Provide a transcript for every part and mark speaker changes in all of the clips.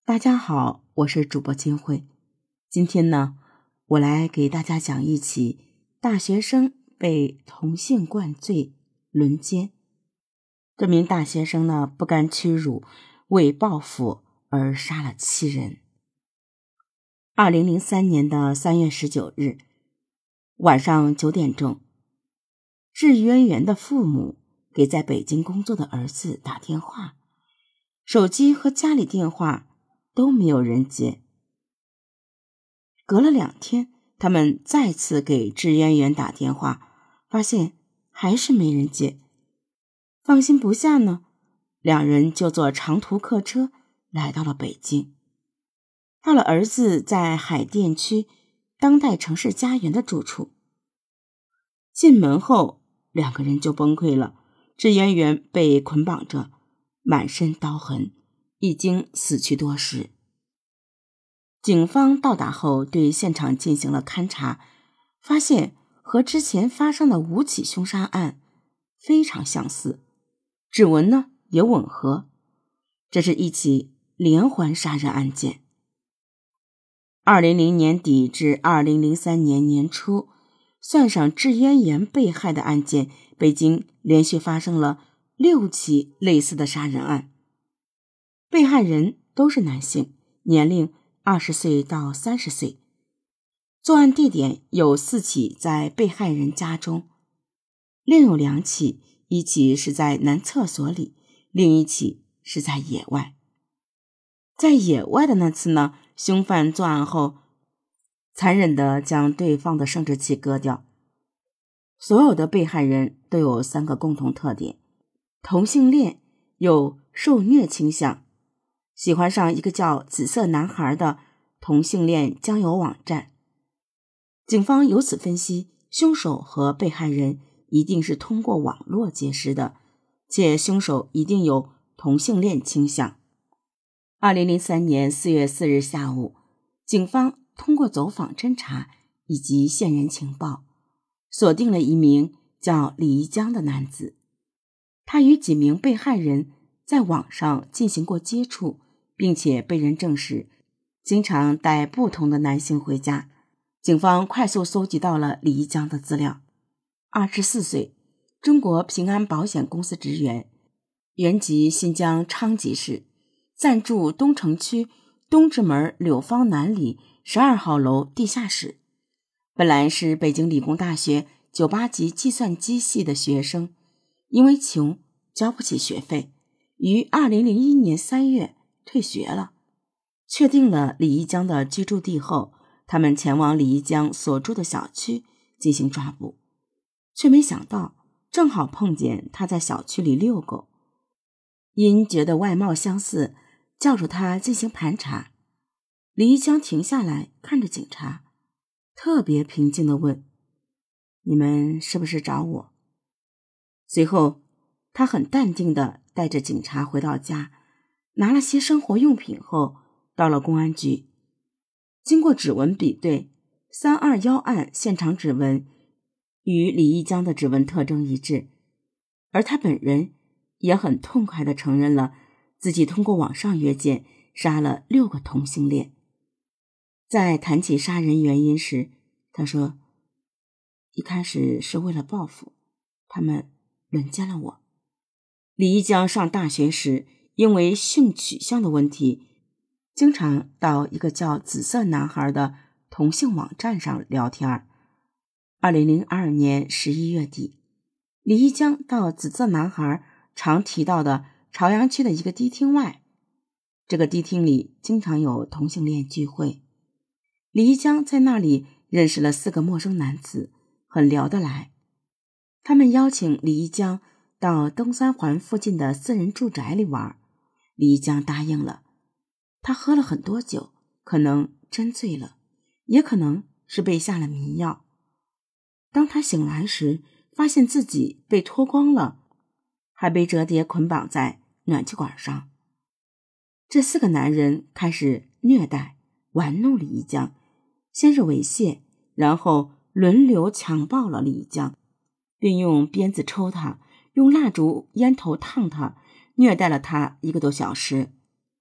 Speaker 1: 大家好，我是主播金慧。今天呢，我来给大家讲一起大学生被同性灌醉轮奸。这名大学生呢，不甘屈辱，为报复而杀了7人。2003年的3月19日晚上9点钟，志渊源的父母给在北京工作的儿子打电话，手机和家里电话都没有人接。隔了2天，他们再次给志渊源打电话，发现还是没人接。放心不下呢，2人就坐长途客车来到了北京。到了儿子在海淀区当代城市家园的住处。进门后，2个人就崩溃了。志渊源被捆绑着，满身刀痕，已经死去多时。警方到达后对现场进行了勘查，发现和之前发生的5起凶杀案非常相似，指纹呢也吻合，这是一起连环杀人案件。2000年底至2003年年初，算上志渊源被害的案件，北京连续发生了6起类似的杀人案，被害人都是男性，年龄20岁到30岁。作案地点有4起在被害人家中，另有2起，一起是在男厕所里，另一起是在野外。在野外的那次呢，凶犯作案后残忍地将对方的生殖器割掉。所有的被害人都有3个共同特点：同性恋，有受虐倾向，喜欢上一个叫紫色男孩的同性恋交友网站。警方由此分析，凶手和被害人一定是通过网络结识的，且凶手一定有同性恋倾向。2003年4月4日下午，警方通过走访侦查以及线人情报，锁定了一名叫李一江的男子。他与几名被害人在网上进行过接触，并且被人证实经常带不同的男性回家。警方快速搜集到了李一江的资料。24岁，中国平安保险公司职员，原籍新疆昌吉市，暂住东城区东直门柳芳南里12号楼地下室。本来是北京理工大学98级计算机系的学生，因为穷交不起学费，于2001年3月退学了。确定了李一江的居住地后，他们前往李一江所住的小区进行抓捕，却没想到正好碰见他在小区里遛狗。因觉得外貌相似，叫住他进行盘查。李一江停下来看着警察，特别平静地问：你们是不是找我？随后他很淡定地带着警察回到家，拿了些生活用品后到了公安局。经过指纹比对，321案现场指纹与李一江的指纹特征一致，而他本人也很痛快地承认了自己通过网上约见杀了6个同性恋。在谈起杀人原因时，他说：一开始是为了报复，他们轮奸了我。李一江上大学时，因为性取向的问题，经常到一个叫紫色男孩的同性网站上聊天。2002年11月底，李一江到紫色男孩常提到的朝阳区的一个迪厅外，这个迪厅里经常有同性恋聚会。李一江在那里认识了4个陌生男子，很聊得来。他们邀请李一江到东三环附近的私人住宅里玩，李一江答应了。他喝了很多酒，可能真醉了，也可能是被下了迷药。当他醒来时，发现自己被脱光了，还被折叠捆绑在暖气管上。这4个男人开始虐待、玩弄李一江，先是猥亵，然后轮流强暴了李一江，并用鞭子抽他，用蜡烛烟头烫他，虐待了他1个多小时。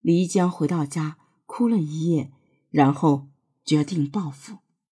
Speaker 1: 李一江回到家哭了一夜，然后决定报复。